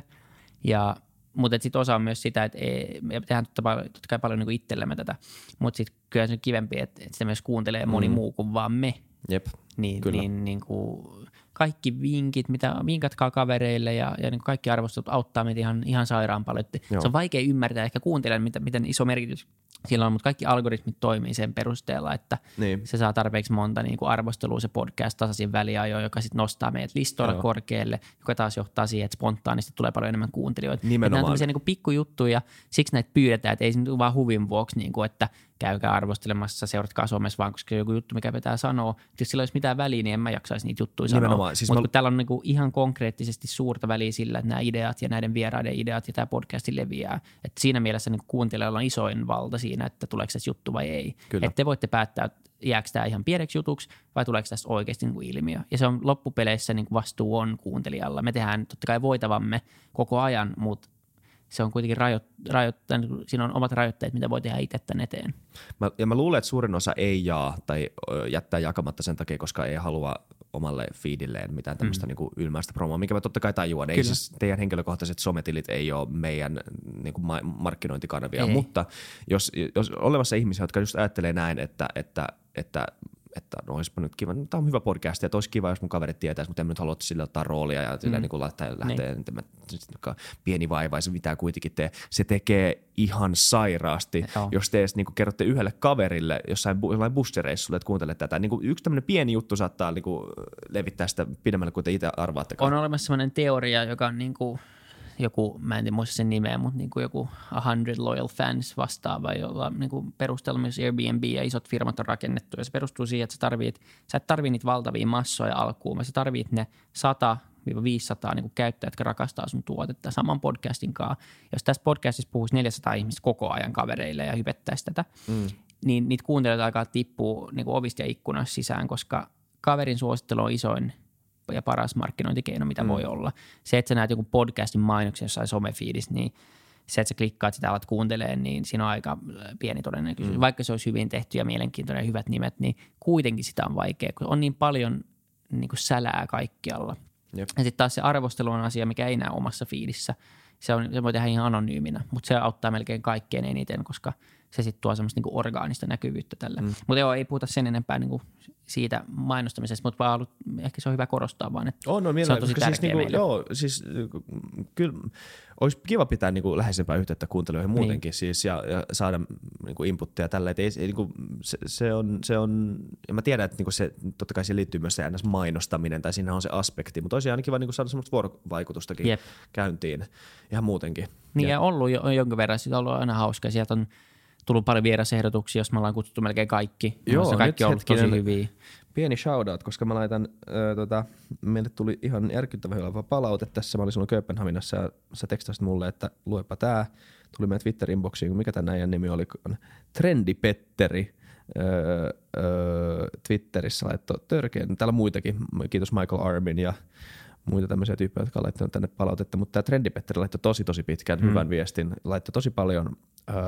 Mutta sitten osa on myös sitä, että me tehdään totta kai paljon niinku itsellemme tätä, mutta sitten kyllä se on kivempi, että sitä myös kuuntelee moni muu kuin vaan me. Jep, Niinku, kaikki vinkatkaa kavereille ja niin kaikki arvostelut auttaa meitä ihan sairaan paljon. Se on vaikea ymmärtää ehkä kuuntelijan, miten iso merkitys sillä on, mutta kaikki algoritmit toimii sen perusteella, että se saa tarpeeksi monta niin kuin arvostelua se podcast tasaisin väliajoin, joka sitten nostaa meidät listoilla korkealle, joka taas johtaa siihen, että spontaanisti tulee paljon enemmän kuuntelijoita. Nimenomaan. Nämä on tämmöisiä niin kuin pikkujuttuja, siksi näitä pyydetään, että ei se nyt vaan huvin vuoksi, niin kuin, että käykää arvostelemassa, seuratkaa somessa vaan, koska joku juttu, mikä pitää sanoa. Jos sillä olisi mitään väliä, niin en mä jaksaisi niitä juttuja sanoa. Siis mutta kun täällä on niinku ihan konkreettisesti suurta väliä sillä, että nämä ideat ja näiden vieraiden ideat ja tämä podcasti leviää. Että siinä mielessä niinku kuuntelijalla on isoin valta siinä, että tuleeko tässä juttu vai ei. Että te voitte päättää, että jääkö tämä ihan pieneksi jutuksi vai tuleeko tästä oikeasti niinku ilmiö. Ja se on loppupeleissä niinku vastuu on kuuntelijalla. Me tehdään totta kai voitavamme koko ajan, mutta se on kuitenkin siinä on omat rajoitteet, mitä voi tehdä itse tämän eteen. Mä luulen, että suurin osa ei jaa tai jättää jakamatta sen takia, koska ei halua omalle feedilleen mitään tämmöistä niinku ylmäistä promoa, minkä mä totta kai tajuan. Ei siis teidän henkilökohtaiset sometilit ei ole meidän niinku markkinointikanavia, mutta jos olemassa ihmisiä, jotka just ajattelee näin, että no olisipa nyt kiva, tämä on hyvä podcast ja olisi kiva, jos mun kaverit tietäisi, mutta en nyt halua sillä ottaa roolia ja sillä niin kuin lähtee pieni vaiva ja se mitään kuitenkin tee. Se tekee ihan sairaasti, jos te edes niin kuin kerrotte yhdelle kaverille jollain bussireissulla, että kuuntelet tätä. Niin kuin yksi tämmöinen pieni juttu saattaa niin kuin levittää sitä pidemmälle kuin te itse arvaattekaan. On olemassa sellainen teoria, joka on niin kuin joku, mä en muista sen nimeä, mutta niin kuin joku 100 loyal fans vastaava, jolla niin kuin perusteella myös Airbnb ja isot firmat on rakennettu. Ja se perustuu siihen, että sä et tarvii niitä valtavia massoja alkuun, vaan sä tarvit ne 100-500 niin kuin käyttäjät, jotka rakastaa sun tuotetta saman podcastin kanssa. Jos tässä podcastissa puhuisi 400 ihmistä koko ajan kavereille ja hypettäisi tätä, niin niitä kuuntelijoita alkaa tippua niin kuin ovista ja ikkunasta sisään, koska kaverin suosittelu on isoin ja paras markkinointikeino, mitä voi olla. Se, että sä näet joku podcastin mainoksen jossain somefiidissä, niin se, että sä klikkaat sitä alat kuuntelemaan, niin siinä on aika pieni todennäköisyys. Vaikka se olisi hyvin tehty ja mielenkiintoinen ja hyvät nimet, niin kuitenkin sitä on vaikea, kun on niin paljon niin kuin sälää kaikkialla. Jep. Ja sitten taas se arvostelu on asia, mikä ei näy omassa fiidissä. Se voi tehdä ihan anonyyminä, mutta se auttaa melkein kaikkein eniten, koska se sitten tuo semmoista niinku orgaanista näkyvyyttä tälle. Mutta joo, ei puhuta sen enempää niinku siitä mainostamisesta, mutta vaan ehkä se on hyvä korostaa vaan, että se on tosi tärkeä siis meille. Joo, siis kyllä olisi kiva pitää niinku läheisempää yhteyttä kuuntelijoihin muutenkin siis, ja saada niinku inputtia tällä. Niinku, se on, ja mä tiedän, että niinku se, totta kai siihen liittyy myös se mainostaminen, tai siinä on se aspekti, mutta olisi aina kiva niinku saada semmoista vuorovaikutustakin käyntiin ihan muutenkin. Niin ja ollut jonkin verran, siitä on ollut aina hauska. Sieltä on tullut paljon vierasehdotuksia, jos me ollaan kutsuttu melkein kaikki. Joo, kaikki on ollut tosi hyviä. Pieni shoutout, koska mä laitan, meille tuli ihan järkyttävä hyvä palaute tässä. Mä olin silloin Kööpenhaminassa ja sä tekstasit mulle, että luepa tää. Tuli meidän Twitter-inboxiin, mikä tän äijän nimi oli, Trendi Petteri. Twitterissä laittoi törkeän. Täällä muitakin, kiitos Michael Armin ja muita tämmöisiä tyyppejä, jotka on laittanut tänne palautetta, mutta tämä Trendipetteri laittoi tosi pitkään hyvän viestin, laittoi tosi paljon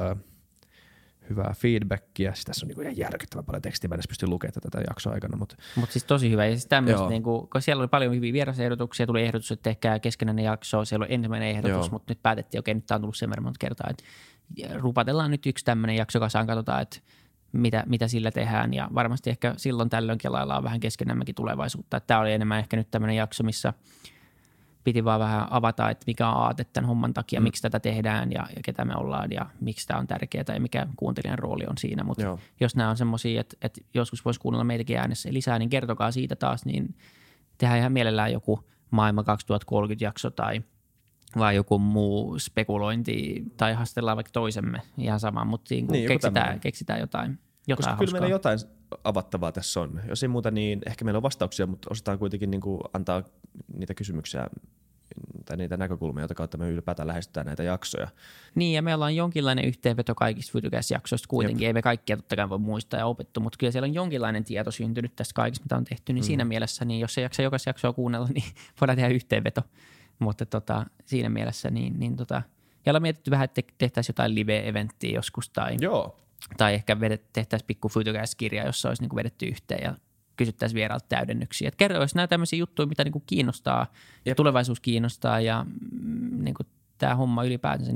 hyvää feedbackia. Siis tässä on niinku ihan järkyttävän paljon tekstiä, mä en edes pysty lukemaan tätä jaksoa aikana. Mutta siis tosi hyvä. Ja siis tämmöistä, kun siellä oli paljon hyviä vierasehdotuksia, tuli ehdotus, että tehkää keskenäinen jakso, siellä oli ensimmäinen ehdotus, mutta nyt päätettiin, okei, nyt tämä on tullut sen verran monta kertaa, että rupatellaan nyt yksi tämmöinen jakso kasaan, katsotaan, että mitä sillä tehdään, ja varmasti ehkä silloin tällöin kelaillaan vähän keskenämmekin tulevaisuutta. Tämä oli enemmän ehkä nyt tämmöinen jakso, missä piti vaan vähän avata, että mikä on aate tämän homman takia, miksi tätä tehdään ja ketä me ollaan ja miksi tämä on tärkeää ja mikä kuuntelijan rooli on siinä. Mutta jos nämä on semmoisia, että joskus voisi kuunnella meitäkin äänessä lisää, niin kertokaa siitä taas, niin tehdään ihan mielellään joku Maailma 2030 jakso tai vai joku muu spekulointi tai haastellaan vaikka toisemme ihan sama, mutta keksitään jotain koska hauskaa. kyllä meillä jotain avattavaa tässä on. Jos ei muuta, niin ehkä meillä on vastauksia, mutta osataan kuitenkin niin kuin antaa niitä kysymyksiä tai niitä näkökulmia, joita kautta me ylipäätään lähestytään näitä jaksoja. Niin, ja meillä on jonkinlainen yhteenveto kaikista Fytycast-jaksoista kuitenkin. Ei me kaikkia totta kai voi muistaa ja opettu, mutta kyllä siellä on jonkinlainen tieto syntynyt tästä kaikista, mitä on tehty. Niin siinä mielessä, niin jos ei jaksa jokaisen jaksoa kuunnella, niin voidaan tehdä yhteenveto. Mutta siinä mielessä, ja ollaan mietitty vähän, että tehtäisiin jotain live-eventtiä joskus tai ehkä tehtäisiin pikku Fytycast-kirja, jossa olisi niin kuin vedetty yhteen ja kysyttäisiin vieraalta täydennyksiä. Että kerro, jos nämä tämmöisiä juttuja, mitä niin kuin kiinnostaa ja tulevaisuus kiinnostaa ja niin kuin tämä homma ylipäätänsä,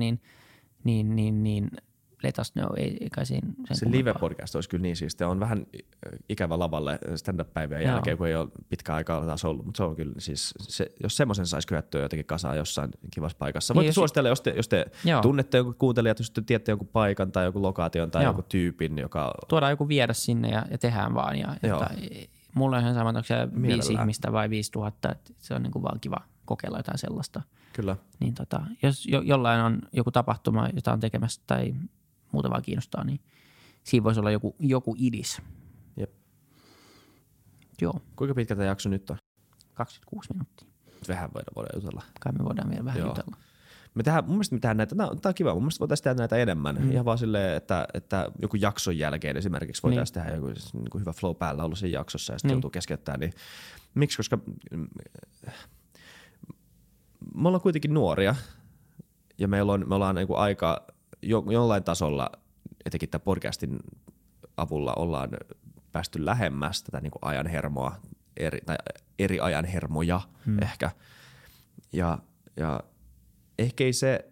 niin let us know. Ei kai se live-podcast olisi kyllä niin siistiä. On vähän ikävä lavalle stand-up-päivien jälkeen, kun ei ole pitkään aikaa taas ollut, mutta se on kyllä siis, jos semmoisen saisi kyhättyä jotenkin kasaan jossain kivassa paikassa. Voitte suositella, jos te tunnette jonkun kuuntelijat, jos te tiedätte jonkun paikan tai jonkun lokaation tai jonkun tyypin, joka... Tuodaan joku vieras sinne ja tehdään vaan. Mulla on ihan sama, onko siellä 5 ihmistä vai 5000, että se on niin kuin vaan kiva kokeilla jotain sellaista. Kyllä. Niin jos jollain on joku tapahtuma, jota on tekemässä tai muuta vaan kiinnostaa, niin siinä voisi olla joku idis. Jep. Joo. Kuinka pitkä tämä jakso nyt on? 26 minuuttia. Vähän voidaan jutella. Kai me voidaan vielä vähän jutella. Mun mielestä me tehdään näitä, tämä on kiva, mun mielestä voitaisiin tehdä näitä enemmän. Ihan vaan silleen, että joku jakson jälkeen esimerkiksi voitaisiin tehdä joku niin kuin hyvä flow päällä ollut siinä jaksossa ja sitten joutuu keskeyttämään. Niin, miksi? Koska me ollaan kuitenkin nuoria ja me ollaan niin kuin aika jollain tasolla, etenkin tämän podcastin avulla ollaan päästy lähemmäs tätä niin kuin ajanhermoa, eri ajanhermoja ehkä. Ja ehkä ei se,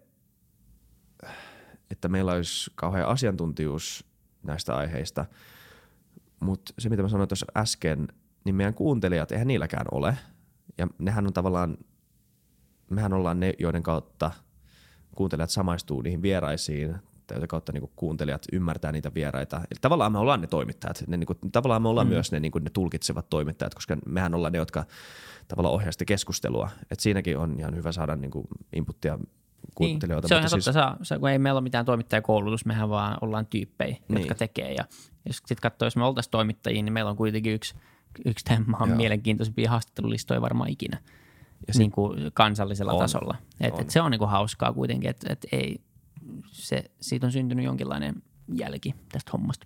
että meillä olisi kauhean asiantuntijuus näistä aiheista, mutta se mitä mä sanoin tuossa äsken, niin meidän kuuntelijat, eihän niilläkään ole. Ja nehän on tavallaan, mehän ollaan ne, joiden kautta kuuntelijat samaistuu niihin vieraisiin, tai joiden kautta niinku kuuntelijat ymmärtää niitä vieraita. Eli tavallaan me ollaan ne toimittajat. Tavallaan me ollaan myös ne tulkitsevat toimittajat, koska mehän ollaan ne, jotka tavallaan ohjaa sitä keskustelua. Et siinäkin on ihan hyvä saada niinku inputtia kuuntelijoilta. Se on ihan totta, kun ei meillä ole mitään toimittajakoulutus, mehän vaan ollaan tyyppejä, jotka tekee. Ja jos sitten katsoo, jos me oltaisiin toimittajia, niin meillä on kuitenkin yksi tämän mielenkiintoisempia haastattelulistoja varmaan ikinä. Niin kuin kansallisella tasolla. Et se on niin kuin hauskaa kuitenkin, että ei, siitä on syntynyt jonkinlainen jälki tästä hommasta.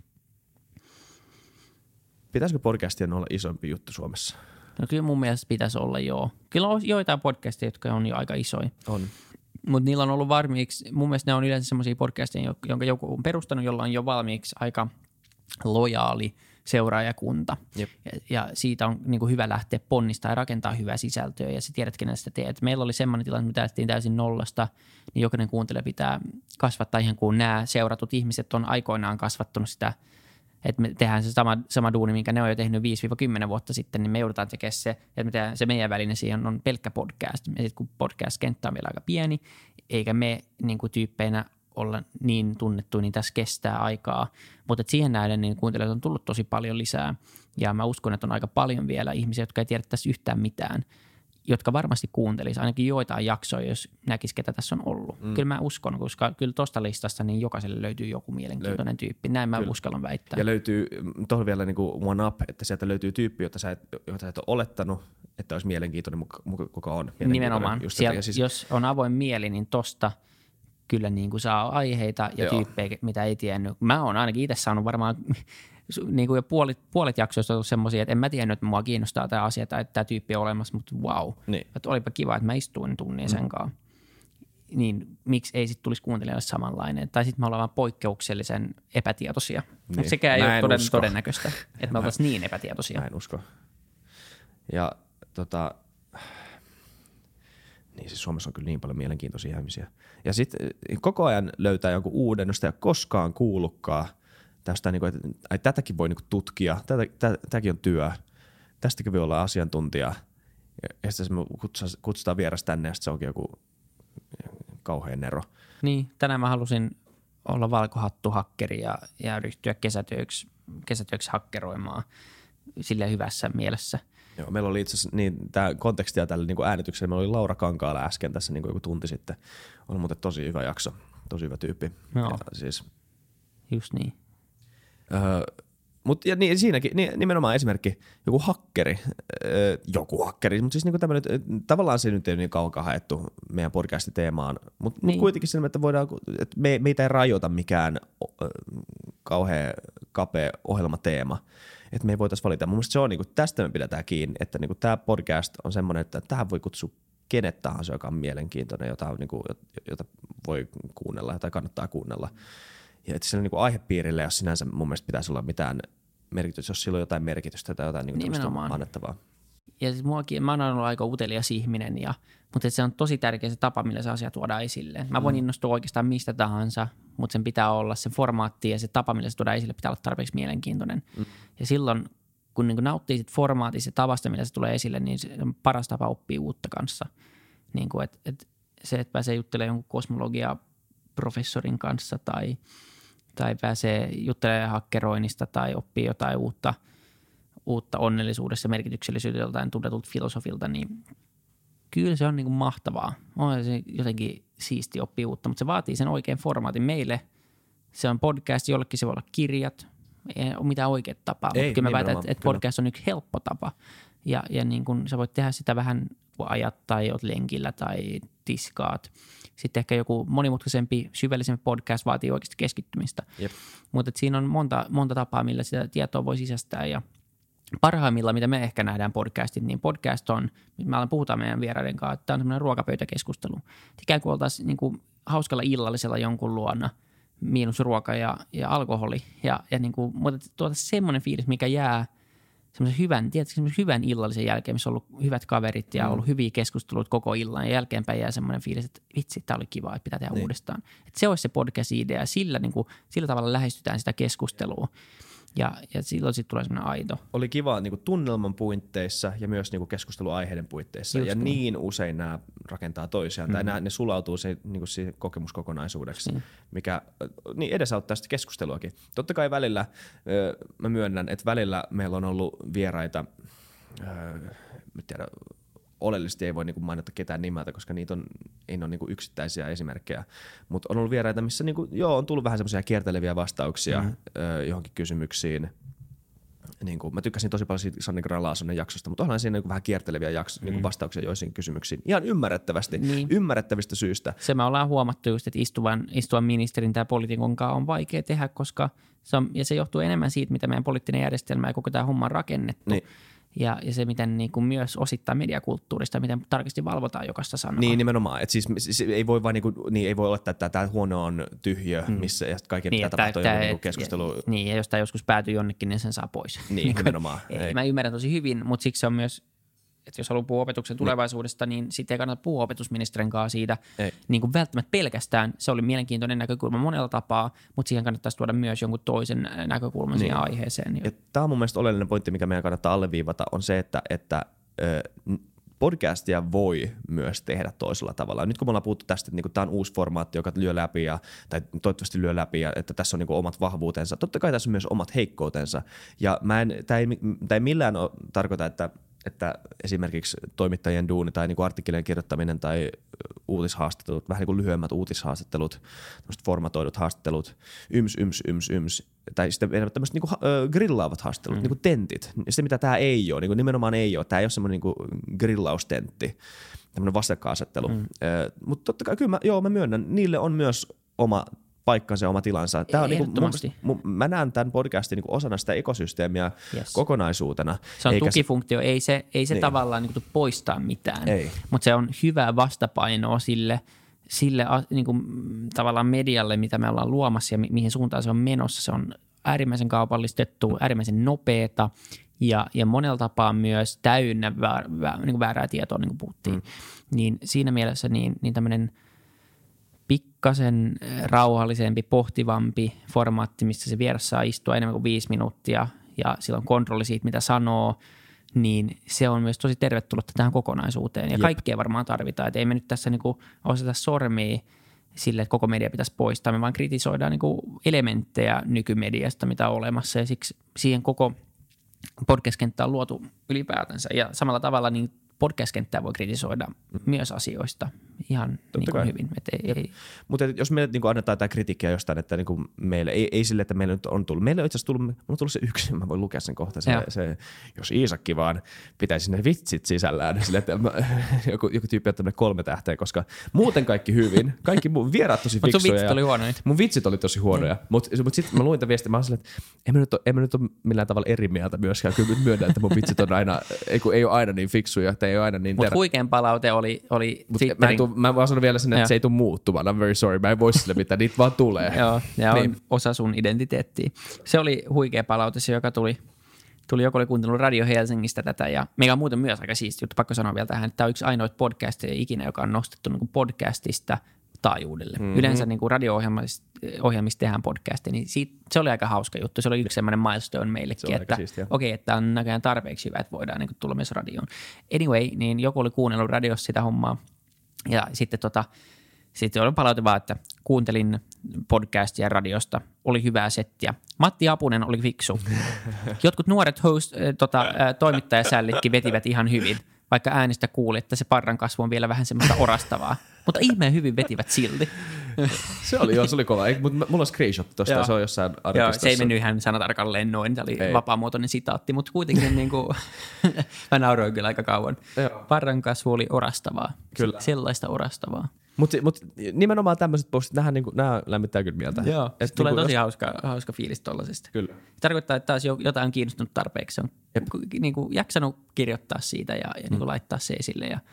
Pitäisikö podcastien olla isompi juttu Suomessa? No kyllä mun mielestä pitäisi olla joo. Kyllä on joitain podcasteja, jotka on jo aika isoja. On. Mutta niillä on ollut valmiiksi, mun mielestä ne on yleensä semmoisia podcasteja, jonka joku on perustanut, jolla on jo valmiiksi aika lojaali seuraajakunta. Ja siitä on niin kuin hyvä lähteä ponnistaa ja rakentaa hyvää sisältöä ja sä tiedät, kenen sitä teet. Meillä oli semmoinen tilanne, että me lähdettiin täysin nollasta, niin jokainen kuuntelija pitää kasvattaa ihan kuin nämä seuratut ihmiset on aikoinaan kasvattanut sitä, että me tehdään se sama duuni, minkä ne on jo tehnyt 5-10 vuotta sitten, niin me joudutaan tekemään se, että me tehdään se meidän väline siihen on pelkkä podcast. Ja sitten kun podcast-kenttä on vielä aika pieni, eikä me niin kuin tyyppeinä olla niin tunnettu, niin tässä kestää aikaa. Mutta siihen nähden niin kuuntelijoita on tullut tosi paljon lisää. Ja mä uskon, että on aika paljon vielä ihmisiä, jotka ei tiedä tässä yhtään mitään, jotka varmasti kuuntelisi ainakin joitain jaksoja, jos näkisi, ketä tässä on ollut. Kyllä mä uskon, koska kyllä tuosta listasta niin jokaiselle löytyy joku mielenkiintoinen tyyppi. Näin mä uskallan väittää. Ja löytyy tuohon vielä niin kuin one up, että sieltä löytyy tyyppi, jota sä et ole olettanut, että olisi mielenkiintoinen, kuka on. Nimenomaan. Jos on avoin mieli, niin tosta kyllä niin kuin saa aiheita ja tyyppejä, mitä ei tiennyt. Mä oon ainakin itse saanut varmaan niin kuin jo puolet jaksoista on ollut semmoisia, että en mä tiennyt, että mua kiinnostaa tämä asia tai että tämä tyyppi on olemassa, mutta wow. Niin. Että olipa kiva, että mä istuin tunnin sen kanssa. Niin miksi ei sitten tulisi kuuntelijalle samanlainen? Tai sitten me ollaan vaan poikkeuksellisen epätietoisia. Niin. Mutta sekään ei ole todennäköistä, että me oltaisiin niin epätietoisia. Mä en usko. Ja niin siis Suomessa on kyllä niin paljon mielenkiintoisia ihmisiä. Ja sitten koko ajan löytää jonkun uuden, josta ei ole koskaan kuullutkaan. Tästä, niin kuin, että tätäkin voi niin kuin tutkia, tämäkin on työ, tästäkin voi olla asiantuntija. Ja sitten me kutsutaan vieras tänne ja sitten se onkin joku kauhean nero. Niin, tänään mä halusin olla valkohattuhakkeri ja ryhtyä kesätyöksi hakkeroimaan sillä hyvässä mielessä. Joo, meillä oli itse asiassa niin, tämä kontekstia tälle niin kuin äänitykselle. Meillä oli Laura Kankaala äsken tässä niin kuin joku tunti sitten. On muuten tosi hyvä jakso, tosi hyvä tyyppi. Joo, ja siis, just niin. Mutta niin, siinäkin nimenomaan esimerkki joku hakkeri, mutta siis niinku tämmöinen, tavallaan se nyt ei ole niin kauan haettu meidän podcastiteemaan, mutta niin. Kuitenkin sen, että voidaan, että meitä ei rajoita mikään kauhean kapea ohjelmateema, että me ei voitaisiin valita. Mun mielestä se on, niinku, tästä me pidetään kiinni, että niinku, tämä podcast on semmoinen, että tähän voi kutsua kenet tahansa, joka on mielenkiintoinen, jota voi kuunnella tai kannattaa kuunnella. Ja että sillä niin aihepiirillä, jos sinänsä mun mielestä pitäisi olla mitään merkitystä, jos sillä on jotain merkitystä tai jotain niin annettavaa. Ja siis mä oon ollut aika utelias ihminen, mutta se on tosi tärkeä se tapa, millä se asia tuodaan esille. Mä voin innostua oikeastaan mistä tahansa, mutta sen pitää olla se formaatti ja se tapa, millä se tuodaan esille, pitää olla tarpeeksi mielenkiintoinen. Ja silloin, kun niin nauttii sit formaatista ja tavasta, millä se tulee esille, niin se on paras tapa oppia uutta kanssa. Niin kuin, se, että pääsee juttelemaan jonkun kosmologia-professorin kanssa tai pääsee juttelemaan hakkeroinnista tai oppii jotain uutta onnellisuudessa, merkityksellisyydeltä jotain tunnetulta filosofilta, niin kyllä se on niin kuin mahtavaa. On se jotenkin siisti oppia uutta, mutta se vaatii sen oikean formaatin. Meille se on podcast, jollekin se voi olla kirjat, ei ole mitään oikeaa tapaa, mutta kyllä mä väitän, että podcast on yksi helppo tapa. Ja niin kuin sä voit tehdä sitä vähän, kun ajat tai oot lenkillä tai tiskaat. Sitten ehkä joku monimutkaisempi, syvällisempi podcast vaatii oikeasti keskittymistä. Mutta siinä on monta tapaa, millä sitä tietoa voi sisäistää. Ja parhaimmillaan, mitä me ehkä nähdään podcastit, niin podcast on, me puhutaan meidän vieraiden kanssa, että tämä on semmoinen ruokapöytäkeskustelu. Ikään kuin oltaisiin niin kuin hauskalla illallisella jonkun luona, miinus ruoka ja alkoholi. Ja niin kuin, mutta semmoinen fiilis, mikä jää semmoisen hyvän illallisen jälkeen, missä on ollut hyvät kaverit ja ollut hyviä keskusteluita koko illan ja jälkeenpäin jää semmoinen fiilis, että vitsi, tämä oli kiva, että pitää tehdä uudestaan. Että se olisi se podcast-idea ja sillä tavalla lähestytään sitä keskustelua ja silloin sitten tulee semmoinen aito. Oli kiva niin kuin tunnelman puitteissa ja myös niin kuin keskusteluaiheiden puitteissa. Just ja niin usein nämä rakentaa toisiaan tai ne sulautuu siihen kokemuskokonaisuudeksi, mikä niin edesauttaa sitä keskusteluakin. Totta kai välillä, mä myönnän, että välillä meillä on ollut vieraita, oleellisesti ei voi niinku mainita ketään nimeltä, koska niitä ei ole niinku yksittäisiä esimerkkejä, mutta on ollut vieraita, missä niinku, on tullut vähän semmoisia kierteleviä vastauksia johonkin kysymyksiin. Niinku, mä tykkäsin tosi paljon siitä Sanni Grahn-Laasonen jaksosta, mutta onhan siinä niinku vähän kierteleviä niinku vastauksia joisiin kysymyksiin. Ihan ymmärrettävistä syistä. Se me ollaan huomattu just, että istuvan ministerin tai poliitikon kanssa on vaikea tehdä, koska se johtuu enemmän siitä, mitä meidän poliittinen järjestelmä ja koko tämä homma on rakennettu. Niin. Ja se, miten niin kuin myös osittain mediakulttuurista, miten tarkasti valvotaan jokaista sanaa. Niin nimenomaan. Et siis ei voi vaan ei voi olettaa, että tämä huone on tyhjö, missä ja kaiken pitää tapahtua joku keskustelu. Niin, ja jos tämä joskus päätyy jonnekin, niin sen saa pois. Niin, nimenomaan. Mä ymmärrän tosi hyvin, mutta siksi se on myös, että jos haluaa puhua opetuksen tulevaisuudesta, niin sitten ei kannata puhua opetusministerin kanssa siitä niin kuin välttämättä pelkästään. Se oli mielenkiintoinen näkökulma monella tapaa, mutta siihen kannattaisi tuoda myös jonkun toisen näkökulman siihen aiheeseen. Tämä on mun mielestä oleellinen pointti, mikä meidän kannattaa alleviivata, on se, että podcastia voi myös tehdä toisella tavalla. Nyt kun me ollaan puhuttu tästä, että tämä on uusi formaatti, joka lyö läpi tai toivottavasti lyö läpi ja että tässä on omat vahvuutensa. Totta kai tässä on myös omat heikkoutensa. Ja tämä ei millään tarkoita, että esimerkiksi toimittajien duuni tai niin kuin artikkelien kirjoittaminen tai uutishaastattelut, vähän niin kuin lyhyemmät uutishaastattelut, formatoidut haastattelut, tai sitten tämmöiset niin kuin grillaavat haastattelut, niin kuin tentit. Se, mitä tämä ei ole, niin kuin nimenomaan ei ole. Tämä ei ole semmoinen niin kuin grillaustentti, tämmöinen vastakkainasettelu. Mutta totta kai kyllä mä myönnän, niille on myös oma paikkansa ja oma tilansa. Tämä on Ehdottomasti. mä näen tämän podcastin niin osana sitä ekosysteemiä kokonaisuutena. Se on tukifunktio, ei se niin tavallaan niin kuin poistaa mitään, mutta se on hyvää vastapainoa sille niin kuin, tavallaan medialle, mitä me ollaan luomassa ja mihin suuntaan se on menossa. Se on äärimmäisen kaupallistettu, äärimmäisen nopeata ja monella tapaa myös täynnä niin kuin väärää tietoa, niin kuin puhuttiin. Niin siinä mielessä niin tämmöinen pikkasen rauhallisempi, pohtivampi formaatti, missä se vieras saa istua enemmän kuin 5 minuuttia ja sillä on kontrolli siitä, mitä sanoo, niin se on myös tosi tervetullutta tähän kokonaisuuteen. Ja kaikkea varmaan tarvitaan. Et ei me nyt tässä niinku osata sormia sille, että koko media pitäisi poistaa. Me vaan kritisoidaan niinku elementtejä nykymediasta, mitä on olemassa. Ja siksi siihen koko podcast-kenttä on luotu ylipäätänsä. Ja samalla tavalla niin podcast-kenttää voi kritisoida myös asioista ihan niin kuin hyvin. Mutta jos me niin annetaan tämä kritiikkiä jostain, että niin meille ei sille, että meillä nyt on tullut. Meille on itse asiassa tullut se yksi, mä voin lukea sen kohta. Se, jos Iisakki vaan pitäisi ne vitsit sisällään, sille, että joku tyyppi on tämmöinen 3 tähteä, koska muuten kaikki hyvin. Kaikki mun vieraat tosi fiksuja. Mutta sun vitsit oli huonoja. Mun vitsit oli tosi huonoja. Mutta sitten mä luin tämän viestin, mä olin silleen, että emme nyt ole millään tavalla eri mieltä myöskään. Kyllä nyt myönnän, että mun vitsit on aina, ei ole aina niin fiksuja. Ei ole aina niin mutta huikean palaute oli mä vaan sanon vielä sen, että se ei tule muuttumaan. I'm very sorry. Mä en voi sille mitään. Niitä vaan tulee. Joo, ja on osa sun identiteettiä. Se oli huikea palaute, se joka tuli joku oli kuuntellut Radio Helsingistä tätä ja mikä on muuten myös aika siisti juttu. Pakko sanoa vielä tähän, että tämä on yksi ainoita podcasteja ikinä, joka on nostettu niin kuin podcastista taajuudelle. Yleensä niin kuin radio-ohjelmista tehdään podcastia, niin se oli aika hauska juttu. Se oli yksi semmoinen milestone meillekin, että okei, että on näköjään tarpeeksi hyvä, että voidaan niin kuin tulla myös radioon. Anyway, niin joku oli kuunnellut radiossa sitä hommaa ja sitten oli palaute vaan, että kuuntelin podcastia radiosta, oli hyvää settiä. Matti Apunen oli fiksu. Jotkut nuoret toimittajasällitkin vetivät ihan hyvin, vaikka äänestä kuuli, että se parran kasvu on vielä vähän semmoista orastavaa. Mutta ihmeen hyvin vetivät silti. Se oli kova, mutta mulla on screenshot tuosta, se on jossain arkistossa. Joo, se ei mennyt ihan sanatarkalleen noin, se oli vapaamuotoinen sitaatti, mutta kuitenkin niin kuin, mä nauroin kyllä aika kauan. Parran kasvu oli orastavaa, kyllä. Sellaista orastavaa. Mutta nimenomaan tämmöiset postit, nämä lämmittää kyllä mieltä. Joo, tulee niin tosi hauska fiilis tollasesta. Kyllä. Tarkoittaa, että taas jotain on kiinnostunut tarpeeksi. On niin kuin jaksanut kirjoittaa siitä ja niin kuin laittaa se esille. Ja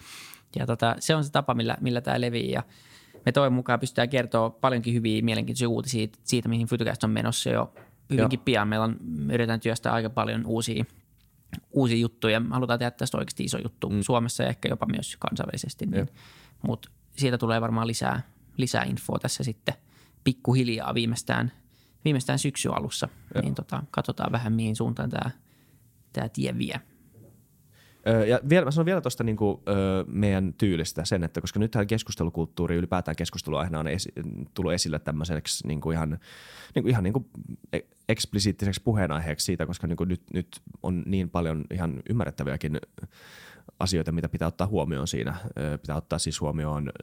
se on se tapa, millä tämä levii. Ja me toivon mukaan pystytään kertoa paljonkin hyviä mielenkiintoisia uutisia siitä, mihin Fytycast on menossa jo hyvinkin pian. Me yritetään työstää aika paljon uusia juttuja. Halutaan tehdä tästä oikeasti iso juttu Suomessa ja ehkä jopa myös kansainvälisesti. Niin. Mutta siitä tulee varmaan lisää infoa tässä sitten pikkuhiljaa viimeistään syksyn alussa. Niin katsotaan vähän mihin suuntaan tämä tie vie. Ja mä sanon vielä tuosta niinku, meidän tyylistä sen, että koska nythän keskustelukulttuuri ylipäätään keskusteluaiheena on tullut esille tämmöiseksi niinku ihan niinku eksplisiittiseksi puheenaiheeksi siitä, koska niinku nyt on niin paljon ihan ymmärrettäviäkin asioita, mitä pitää ottaa huomioon siinä. Pitää ottaa siis huomioon,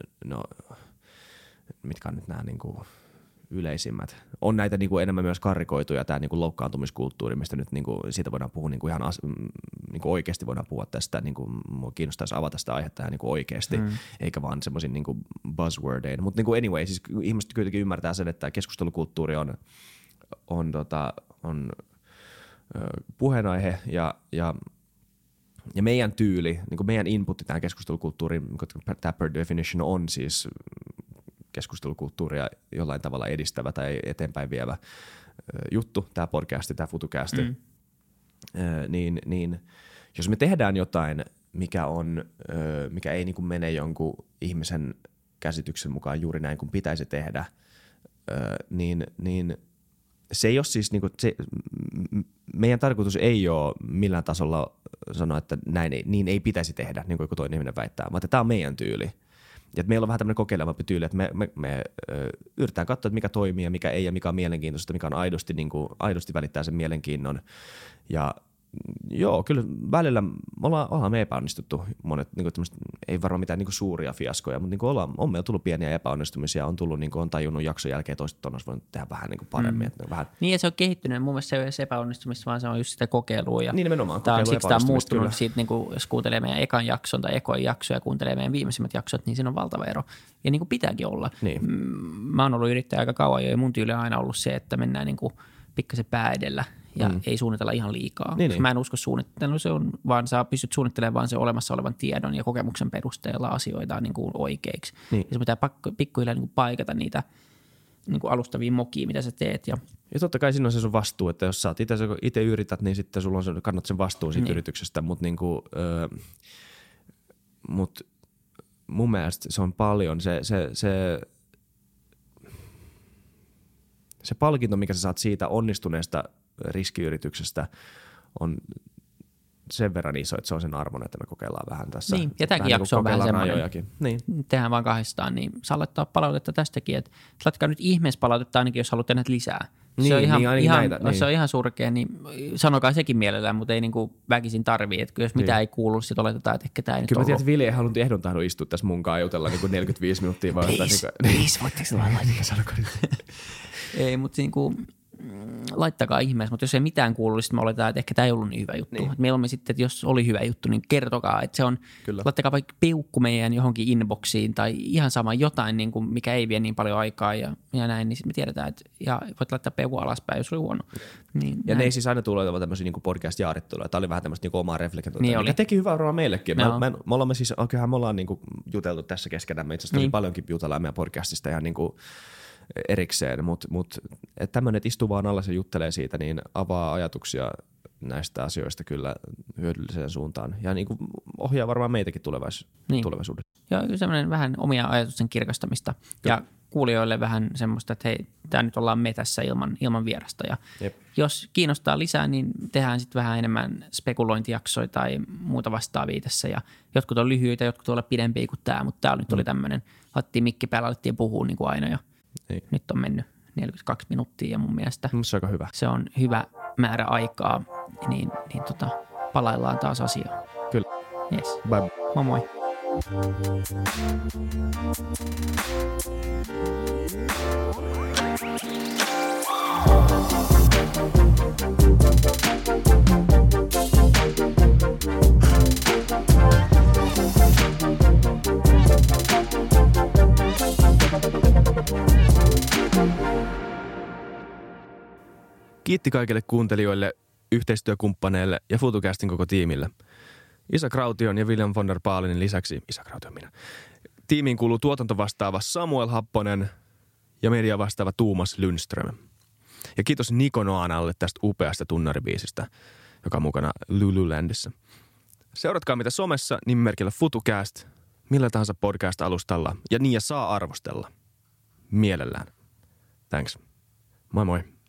mitkä on nyt nämä niinku yleisimmät. On näitä niinku enemmän myös karrikoituja, tämä niinku loukkaantumiskulttuuri, mistä nyt niinku, siitä voidaan puhua niinku ihan niinku oikeasti voidaan puhua tästä. Niinku, mua kiinnostaisi avata sitä aihetta ihan niinku oikeasti, eikä vaan semmoisin niinku buzzwordein. Mutta niinku anyway, siis ihmiset kuitenkin ymmärtää sen, että keskustelukulttuuri on puheenaihe ja meidän tyyli, niin kuin meidän inputti tähän keskustelukulttuuriin, tämä per definition on siis keskustelukulttuuria jollain tavalla edistävä tai eteenpäin vievä juttu, tämä podcasti, tämä FutuCasti, niin jos me tehdään jotain, mikä ei niin kuin mene jonkun ihmisen käsityksen mukaan juuri näin kuin pitäisi tehdä, niin se ei ole siis niinku, meidän tarkoitus ei ole millään tasolla sanoa, että niin ei pitäisi tehdä, niin kuin joku toinen ihminen väittää, vaan tämä on meidän tyyli. Ja meillä on vähän tämmöinen kokeilevampi tyyli, että me yritetään katsoa, että mikä toimii ja mikä ei ja mikä on mielenkiintoista, mikä on aidosti välittää sen mielenkiinnon. Joo, kyllä välillä ollaan me epäonnistuttu monet, niin kuin ei varmaan mitään niin kuin suuria fiaskoja, mutta niin kuin on meillä tullut pieniä epäonnistumisia, on tullut, niin kuin on tajunnut jakson jälkeen toista, että olisi voinut tehdä vähän niin kuin paremmin. Että vähän... Niin, ja se on kehittynyt. Mun mielestä se ei ole epäonnistumista, vaan se on just sitä kokeilua. Ja niin nimenomaan, siksi tämä on muuttunut siitä, niin kuin, jos kuuntelee meidän ekan jakson tai ekoin jaksoja ja kuuntelee meidän viimeisimmät jaksot, niin siinä on valtava ero. Ja niin kuin pitääkin olla. Niin. Mä oon ollut yrittäjä aika kauan jo, ja mun tyyli on aina ollut se, että mennään niin kuin pikkasen pää edellä ja ei suunnitella ihan liikaa. Niin. Mä en usko suunnitteluun, se on, vaan sä pystyt suunnittelemaan vaan se olemassa olevan tiedon ja kokemuksen perusteella asioita niin kuin oikeiksi. Niin. Ja se pitää pikkuhiljaa niin kuin paikata niitä niin kuin alustavia mokia, mitä sä teet. Ja totta kai siinä on se sun vastuu, että jos sä itse yrität, niin sitten sulla on se, kannat sen vastuun siitä yrityksestä, mutta niinku, mun mielestä se on paljon se palkinto, mikä sä saat siitä onnistuneesta riskiyrityksestä, on sen verran iso, että se on sen arvon, että me kokeillaan vähän tässä. Niin, ja tämäkin jakso on vähän semmoinen. Niin. Tehdään vaan 200, niin saa laittaa palautetta tästäkin. Että laittakaa nyt ihmeessä palautetta ainakin, jos haluat tehdä lisää. Niin, se on ihan, niin. Se on ihan surkea, niin sanokaa sekin mielellään, mutta ei niinku väkisin tarvii. Että jos mitään ei kuulu, sitten oletetaan, että ehkä tämä ei nyt kyllä mä tiedän, että Vili ei halunnut ehdon tahdon istua tässä munkaan jutella niin kuin 45 minuuttia. Please, voitteko vaan laittaa? Ei, mutta niinku laittakaa ihmeessä, mutta jos ei mitään kuulu, niin me oletaan, että ehkä tämä ei ollut niin hyvä juttu. Niin. Mieluummin sitten, että jos oli hyvä juttu, niin kertokaa, että se on, laittakaa vaikka peukku meidän johonkin inboxiin tai ihan sama jotain, niin kuin, mikä ei vie niin paljon aikaa ja näin, niin sitten me tiedetään, että ja voit laittaa peukku alaspäin, jos oli huono. Niin, ja näin. Ne ei siis aina tule tämmöisiä niin podcast-jaaritteluja. Tämä oli vähän tämmöistä niin omaa reflektointia, mikä teki hyvää varmaan meillekin. Me ollaan niin kuin juteltu tässä keskenään. Itse asiassa tosi paljonkin jutellaan meidän podcastista ihan niin kuin erikseen, mutta tämmöinen, että istuu vaan alla ja juttelee siitä, niin avaa ajatuksia näistä asioista kyllä hyödylliseen suuntaan. Ja niin kuin ohjaa varmaan meitäkin tulevaisuudessa. Joo, semmoinen vähän omia ajatusten kirkastamista. Kyllä. Ja kuulijoille vähän semmoista, että hei, tämä nyt ollaan me tässä ilman vierasta. Ja jos kiinnostaa lisää, niin tehdään sitten vähän enemmän spekulointijaksoja tai muuta vastaavia tässä. Ja jotkut on lyhyitä, jotkut on pidempiä kuin tämä, mutta tämä nyt oli tämmöinen, laitettiin mikki päällä, alettiin puhua niin kuin aina. Ja nyt on mennyt 42 minuuttia ja mun mielestä se on aika hyvä. Se on hyvä määrä aikaa, niin palaillaan taas asiaan. Kyllä. Yes. Bye. Moi moi. Kiitti kaikille kuuntelijoille, yhteistyökumppaneille ja FutuCastin koko tiimille. Isa Kraution ja William von der Baalinin lisäksi, Isa Kraution minä, tiimiin kuuluu tuotantovastaava Samuel Happonen ja media vastaava Tuumas Lundström. Ja kiitos Niko Noanalle tästä upeasta tunnaribiisistä, joka on mukana Lululandissa. Seuratkaa mitä somessa nimimerkillä FutuCast, millä tahansa podcast-alustalla ja saa arvostella. Mielellään. Thanks. Moi moi.